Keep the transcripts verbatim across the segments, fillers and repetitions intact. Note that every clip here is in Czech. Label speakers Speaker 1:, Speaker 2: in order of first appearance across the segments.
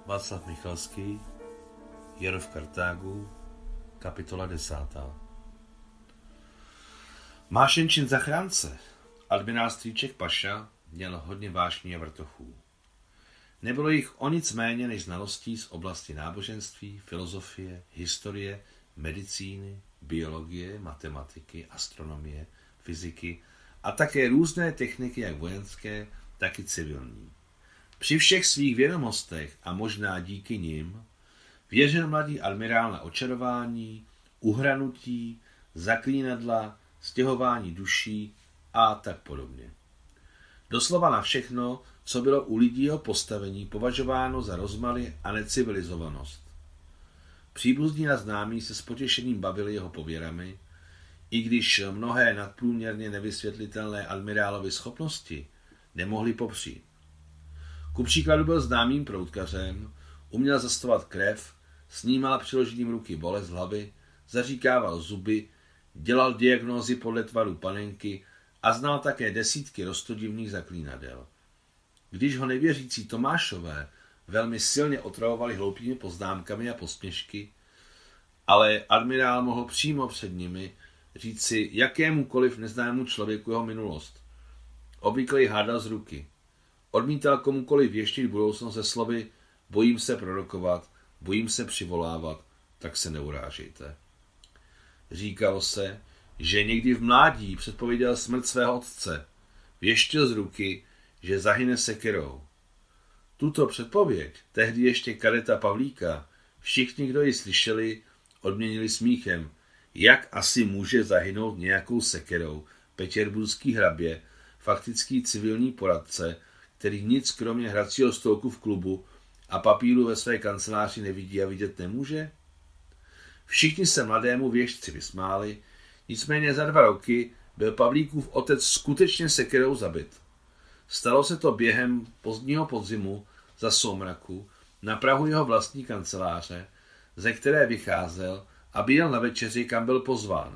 Speaker 1: Václav Michalský, Jaro v Kartágu, kapitola desátá. Mášenčin zachránce, admirál Strýček Paša, měl hodně vášní a vrtochů. Nebylo jich o nic méně než znalostí z oblasti náboženství, filozofie, historie, medicíny, biologie, matematiky, astronomie, fyziky a také různé techniky, jak vojenské, tak i civilní. Při všech svých vědomostech a možná díky nim věřil mladý admirál na očarování, uhranutí, zaklínadla, stěhování duší a tak podobně. Doslova na všechno, co bylo u lidího postavení považováno za rozmaly a necivilizovanost. Příbuzní a známí se s potěšením bavili jeho pověrami, i když mnohé nadprůměrně nevysvětlitelné admirálovy schopnosti nemohli popřít. Ku příkladu byl známým proutkařem, uměl zastavovat krev, snímal přiložením ruky bolest hlavy, zaříkával zuby, dělal diagnózy podle tvaru panenky a znal také desítky roztodivných zaklínadel. Když ho nevěřící Tomášové velmi silně otravovali hloupými poznámkami a posměšky, ale admirál mohl přímo před nimi říci jakémukoliv neznámému člověku jeho minulost. Obvykle ji hádal z ruky. Odmítal komukoliv věštit budoucnost se slovy bojím se prorokovat, bojím se přivolávat, tak se neurážejte. Říkalo se, že někdy v mládí předpověděl smrt svého otce, věštil z ruky, že zahyne sekerou. Tuto předpověď, tehdy ještě kadeta Pavlíka, všichni, kdo ji slyšeli, odměnili smíchem. Jak asi může zahynout nějakou sekerou petěrburský hrabě, faktický civilní poradce, který nic kromě hracího stolku v klubu a papíru ve své kanceláři nevidí a vidět nemůže? Všichni se mladému věštci vysmáli, nicméně za dva roky byl Pavlíkův otec skutečně sekerou zabit. Stalo se to během pozdního podzimu za soumraku na prahu jeho vlastní kanceláře, ze které vycházel, aby jel na večeři, kam byl pozván.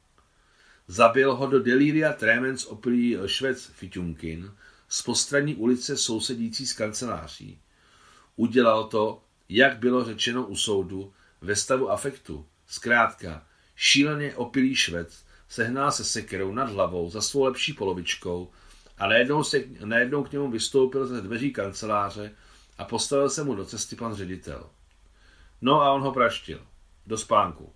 Speaker 1: Zabil ho do delíria tremens opilý švec Fiťunkin z postranní ulice sousedící s kanceláří. Udělal to, jak bylo řečeno u soudu, ve stavu afektu. Zkrátka, šíleně opilý švec sehnal se sekerou nad hlavou za svou lepší polovičkou a najednou, se, najednou k němu vystoupil ze dveří kanceláře a postavil se mu do cesty pan ředitel. No a on ho praštil. Do spánku.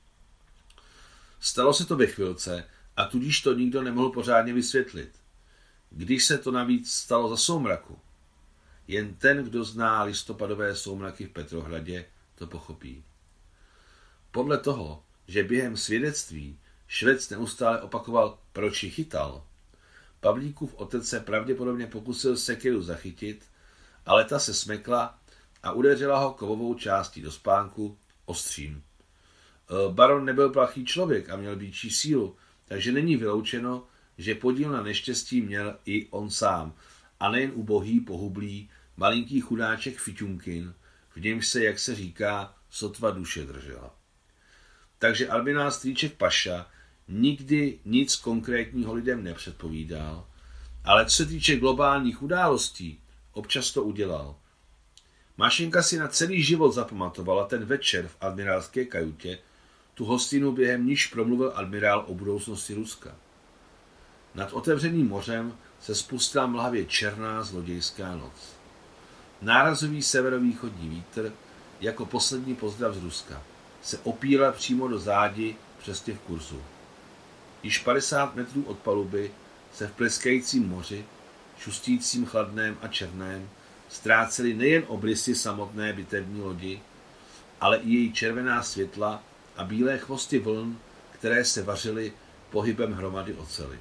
Speaker 1: Stalo se to ve chvilce a tudíž to nikdo nemohl pořádně vysvětlit. Když se to navíc stalo za soumraku, jen ten, kdo zná listopadové soumraky v Petrohradě, to pochopí. Podle toho, že během svědectví švec neustále opakoval, proč ji chytal, Pavlíkův otec se pravděpodobně pokusil sekeru zachytit, ale ta se smekla a udeřila ho kovovou částí do spánku ostřím. Baron nebyl plachý člověk a měl větší sílu, takže není vyloučeno, že podíl na neštěstí měl i on sám, a nejen ubohý, pohublý, malinký chudáček Fiťunkin, v němž se, jak se říká, sotva duše držela. Takže admirál Strýček Paša nikdy nic konkrétního lidem nepředpovídal, ale co se týče globálních událostí, občas to udělal. Mašinka si na celý život zapamatovala ten večer v admirálské kajutě, tu hostinu, během níž promluvil admirál o budoucnosti Ruska. Nad otevřeným mořem se spustila mlhavě černá zlodějská noc. Nárazový severovýchodní vítr, jako poslední pozdrav z Ruska, se opíral přímo do zádi přesně v kurzu. Již padesát metrů od paluby se v pleskajícím moři, šustícím chladném a černém, ztrácely nejen obrysy samotné bitevní lodi, ale i její červená světla a bílé chvosty vln, které se vařily pohybem hromady oceli.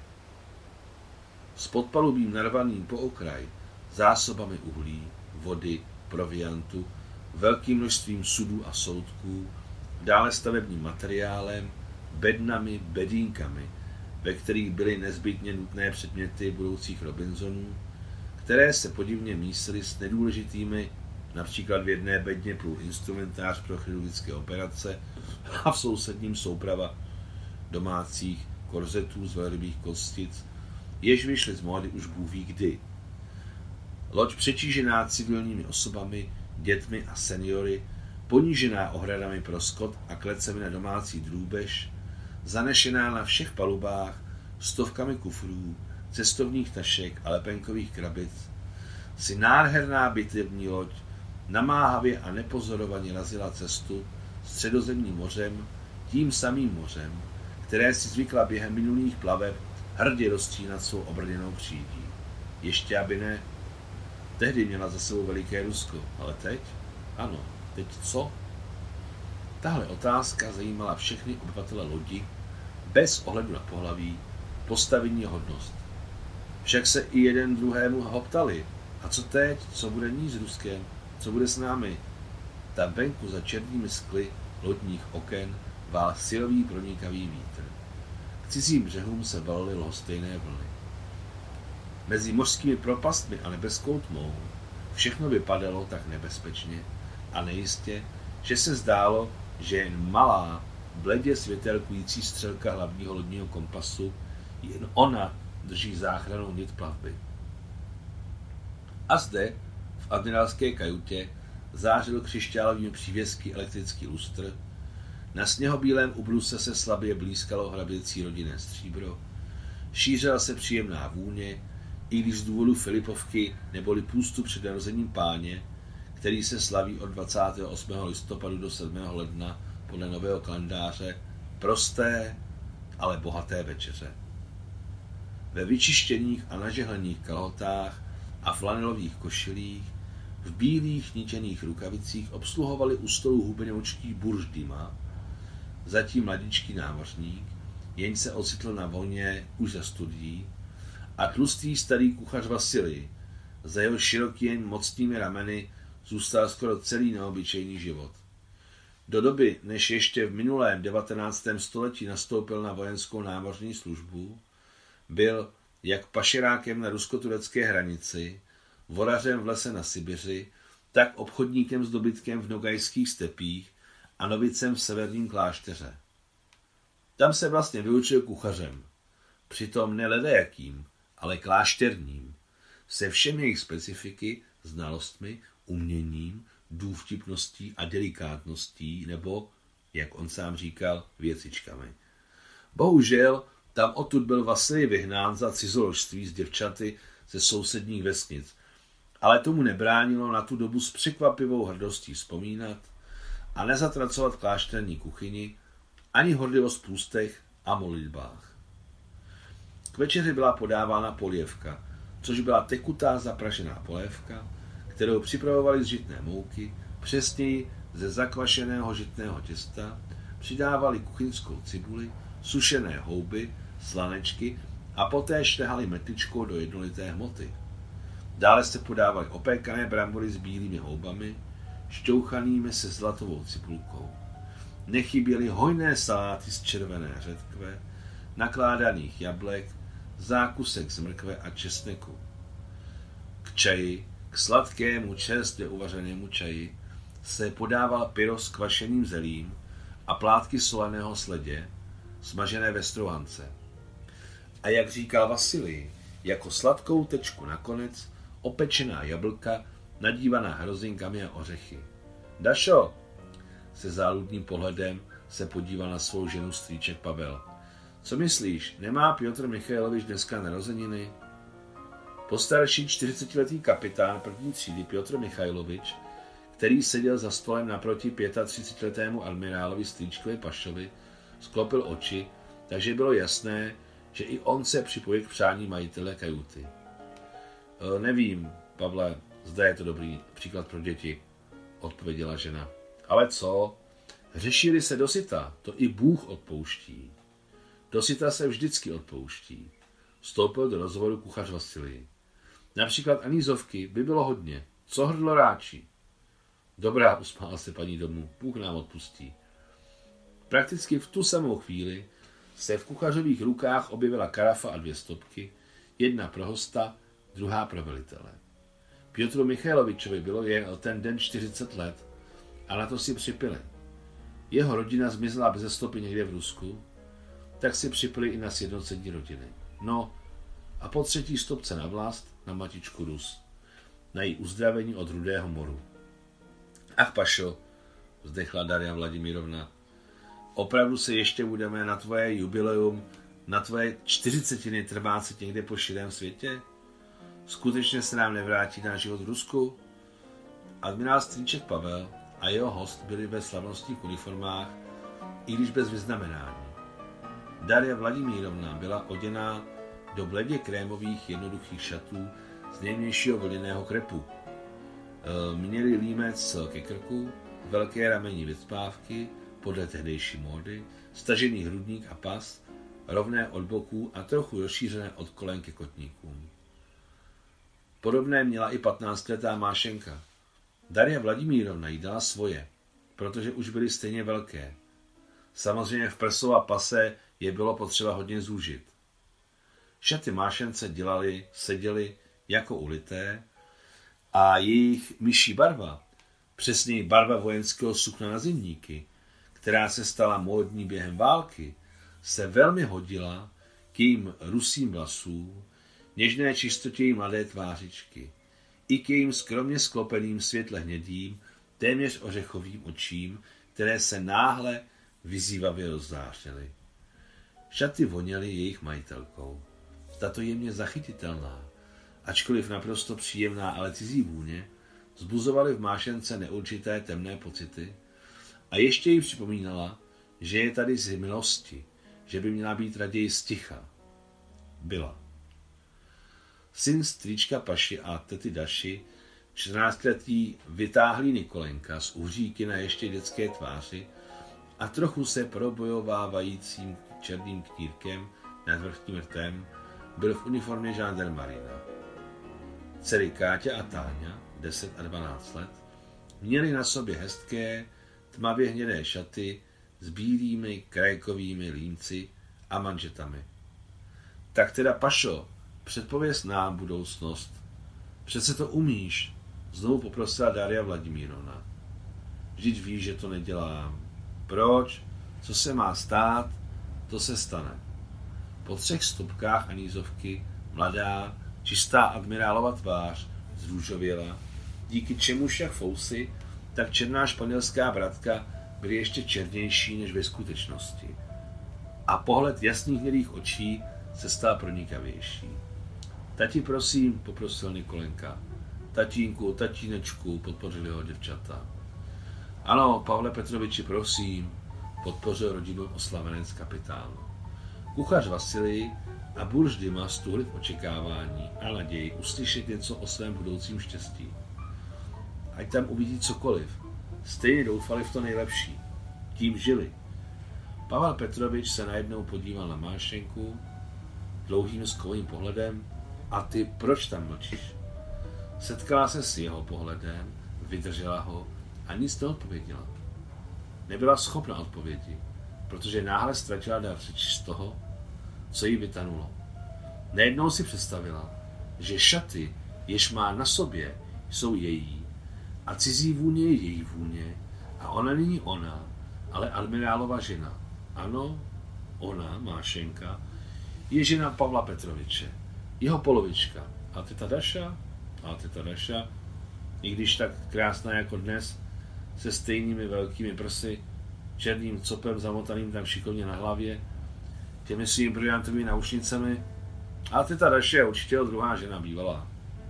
Speaker 1: S podpalubím narvaným po okraj, zásobami uhlí, vody, proviantu, velkým množstvím sudů a soutků, dále stavebním materiálem, bednami, bedínkami, ve kterých byly nezbytně nutné předměty budoucích Robinsonů, které se podivně mísily s nedůležitými, například v jedné bedně plul instrumentář pro chirurgické operace a v sousedním souprava domácích korzetů z velrybých kostic, jež vyšly z módy už bůh ví kdy. Loď přetížená civilními osobami dětmi a seniory, ponížená ohradami pro skot a klecemi na domácí drůbež, zanešená na všech palubách stovkami kufrů, cestovních tašek a lepenkových krabic, si nádherná bitevní loď namáhavě a nepozorovaně razila cestu Středozemním mořem, tím samým mořem, které si zvykla během minulých plaveb hrdě rozstříhat svou obrněnou přídí. Ještě aby ne. Tehdy měla za sebou veliké Rusko, ale teď? Ano, teď co? Tahle otázka zajímala všechny obyvatele lodi, bez ohledu na pohlaví, postavení a hodnost. Však se i jeden druhému ho ptali, a co teď, co bude ní s Ruskem, co bude s námi? Tam venku za černými skly lodních oken vál silový pronikavý vítr. K cizím břehům se valily lhostejné vlny. Mezi mořskými propastmi a nebeskou tmou všechno vypadalo tak nebezpečně a nejistě, že se zdálo, že jen malá, bledě světelkující střelka hlavního lodního kompasu, jen ona drží záchrannou nit plavby. A zde, v admirálské kajutě, zářil křišťálovými přívěsky elektrický lustr, na sněhobílém ubruse se slabě blízkalo hraběcí rodinné stříbro, šířila se příjemná vůně, i když z důvodu Filipovky neboli půstu před narozením páně, který se slaví od dvacátého osmého listopadu do sedmého ledna podle nového kalendáře, prosté, ale bohaté večeře. Ve vyčištěných a nažehlených kalhotách a flanelových košilích, v bílých nitěných rukavicích obsluhovali u stolu hubenoučký burž Dima, zatím mladičký námořník, jenž se ocitl na vlně už za studií, a tlustý starý kuchař Vasilij, za jeho širokými mocnými rameny zůstal skoro celý neobyčejný život. Do doby, než ještě v minulém devatenáctém století nastoupil na vojenskou námořní službu, byl jak pašerákem na rusko-turecké hranici, vorařem v lese na Sibiři, tak obchodníkem s dobytkem v nogajských stepích a novicem v severním klášteře. Tam se vlastně vyučil kuchařem, přitom ne ledajakým, ale klášterním, se všemi jejich specifiky, znalostmi, uměním, důvtipností a delikátností, nebo, jak on sám říkal, věcičkami. Bohužel, tam odtud byl Vasilij vyhnán za cizoložství s děvčaty ze sousedních vesnic, ale tomu nebránilo na tu dobu s překvapivou hrdostí vzpomínat a nezatracovat klášterní kuchyni ani horlivost v půstech a modlitbách. K večeři byla podávána polévka, což byla tekutá zapražená polévka, kterou připravovali z žitné mouky, přesněji ze zakvašeného žitného těsta, přidávali kuchyňskou cibuli, sušené houby, slanečky a poté šlehali metličkou do jednolité hmoty. Dále se podávaly opékané brambory s bílými houbami, šťouchanými se zlatovou cibulkou. Nechyběly hojné saláty z červené řetkve, nakládaných jablek, zákusek z mrkve a česneku. K čaji, k sladkému čerstvě uvařenému čaji, se podával pyro s kvašeným zelím a plátky soleného sledě, smažené ve strouhance. A jak říkal Vasilij, jako sladkou tečku nakonec opečená jablka nadívaná hrozinkami a ořechy. Dašo, se záludným pohledem se podíval na svou ženu strýček Pavel. Co myslíš, nemá Piotr Michajlovič dneska narozeniny? Postarší čtyřicetiletý kapitán první třídy Piotr Michajlovič, který seděl za stolem naproti třicetipětiletému admirálovi Strýčkovi Pašovi, sklopil oči, takže bylo jasné, že i on se připojí k přání majitele kajuty. E, nevím, Pavle, zda je to dobrý příklad pro děti, odpověděla žena. Ale co? Řešili se dosyta, to i Bůh odpouští. Dosyta se vždycky odpouští. Vstoupil do rozhovoru kuchař Vasilij. Například anízovky by bylo hodně. Co hrdlo ráči? Dobrá, usmála se paní domů, Bůh nám odpustí. Prakticky v tu samou chvíli se v kuchařových rukách objevila karafa a dvě stopky, jedna pro hosta, druhá pro velitele. Piotru Michajlovičovi bylo jen ten den čtyřicet let a na to si připili. Jeho rodina zmizela bez stopy někde v Rusku, tak si připili i na sjednocení rodiny. No a po třetí stopce na vlast na matičku Rus, na její uzdravení od Rudého moru. Ach pašo, vzdechla Daria Vladimírovna, opravdu se ještě budeme na tvoje jubileum, na tvoje čtyřicetiny trvácet někde po širém světě? Skutečně se nám nevrátí náš život v Rusku? Admirál Strýček Pavel a jeho host byli ve slavnostních uniformách, i když bez vyznamenání. Daria Vladimírovna byla oděná do bledě krémových jednoduchých šatů z nejmějšího vlněného krepu. Měli límec ke krku, velké ramení vycpávky podle tehdejší módy, stažený hrudník a pas, rovné od boků a trochu rozšířené od kolen ke kotníkům. Podobné měla i patnáctiletá Mášenka. Daria Vladimírovna jí dala svoje, protože už byly stejně velké. Samozřejmě v prsou a pase je bylo potřeba hodně zúžit. Šaty Mášence dělali, seděly jako ulité a jejich myší barva, přesněji barva vojenského sukna na zimníky, která se stala módní během války, se velmi hodila k jejím rusým vlasům, něžné čistotě její mladé tvářičky, i k jejím skromně sklopeným světle hnědým, téměř ořechovým očím, které se náhle vyzývavě rozzářily. Šaty voněly jejich majitelkou. Tato jemně zachytitelná, ačkoliv naprosto příjemná, ale cizí vůně, vzbuzovaly v Mášence neurčité temné pocity a ještě jí připomínala, že je tady z milosti, že by měla být raději sticha. Byla. Syn strýčka Paši a tety Daši, čtrnáctiletý vytáhlý Nikolenka z uhříky na ještě dětské tváři a trochu se probojovávajícím černým knírkem nad vrchním rtem, byl v uniformě žandarmarina. Dcery Káťa a Táňa, deset a dvanáct let, měly na sobě hezké, tmavě hnědé šaty s bílými krajkovými límci a manžetami. Tak teda, Pašo, předpověz nám budoucnost. Přece to umíš, znovu poprosila Daria Vladimírovna. Vždyť víš, že to nedělám. Proč? Co se má stát, to se stane. Po třech stopkách anízovky mladá, čistá admirálova tvář zrůžověla, díky čemuž jak fousy, tak černá španělská bratka byly ještě černější než ve skutečnosti. A pohled jasných hnědých očí se stal pronikavější. Tati, prosím, poprosil Nikolenka. Tatínku, tatínečku, podpořili ho děvčata. Ano, Pavle Petroviči, prosím, podpořil rodinu oslavenec kapitánu. Kuchař Vasilij a burž Dima stuhli v očekávání a naději uslyšet něco o svém budoucím štěstí. Ať tam uvidí cokoliv, stejně doufali v to nejlepší. Tím žili. Pavel Petrovič se najednou podíval na Mášenku dlouhým skovým pohledem. A ty proč tam mlčíš? Setkala se s jeho pohledem, vydržela ho a nic neodpověděla. Nebyla schopna odpovědi, protože náhle ztratila dar řeči z toho, co jí vytanulo. Najednou si představila, že šaty, jež má na sobě, jsou její a cizí vůně je její vůně a ona není ona, ale admirálova žena. Ano, ona, Mášenka, je žena Pavla Petroviče, jeho polovička. A teta Daša, a teta Daša, i když tak krásná jako dnes, se stejnými velkými prsy, černým copem zamotaným tam šikovně na hlavě, těmi svými brilliantovými naušnicemi, a teta Daša je určitě druhá žena bývalá.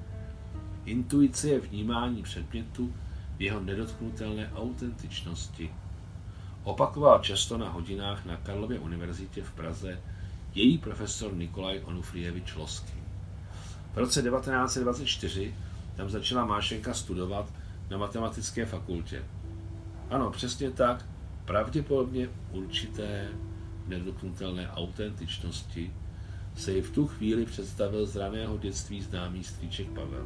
Speaker 1: Intuice je vnímání předmětu v jeho nedotknutelné autentičnosti. Opakoval často na hodinách na Karlově univerzitě v Praze její profesor Nikolaj Onufrijevič Loský. V roce devatenáct set dvacet čtyři tam začala Mášenka studovat na matematické fakultě. Ano, přesně tak, pravděpodobně určité nedotknutelné autentičnosti se jí v tu chvíli představil z raného dětství známý strýček Pavel.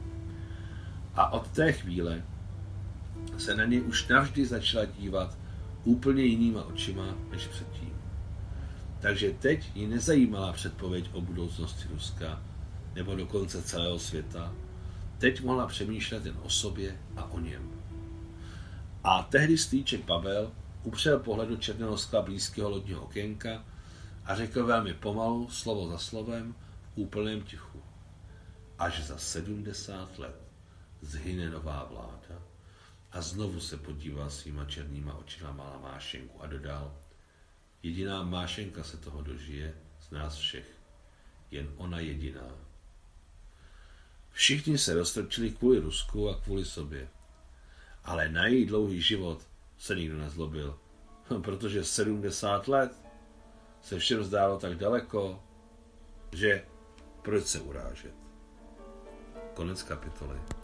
Speaker 1: A od té chvíle se na něj už navždy začala dívat úplně jinýma očima než předtím. Takže teď ji nezajímala předpověď o budoucnosti Ruska nebo dokonce celého světa. Teď mohla přemýšlet jen o sobě a o něm. A tehdy strýček Pavel upřel pohled do černého skla blízkého lodního okénka a řekl velmi pomalu, slovo za slovem, v úplném tichu. Až za sedmdesát let zhyne nová vláda A znovu se podíval svýma černýma očima na Mášenku a dodal, jediná Mášenka se toho dožije z nás všech. Jen ona jediná. Všichni se roztrčili kvůli Rusku a kvůli sobě. Ale na její dlouhý život se nikdo nezlobil, protože sedmdesát let se všem zdálo tak daleko, že proč se urážet. Konec kapitoly.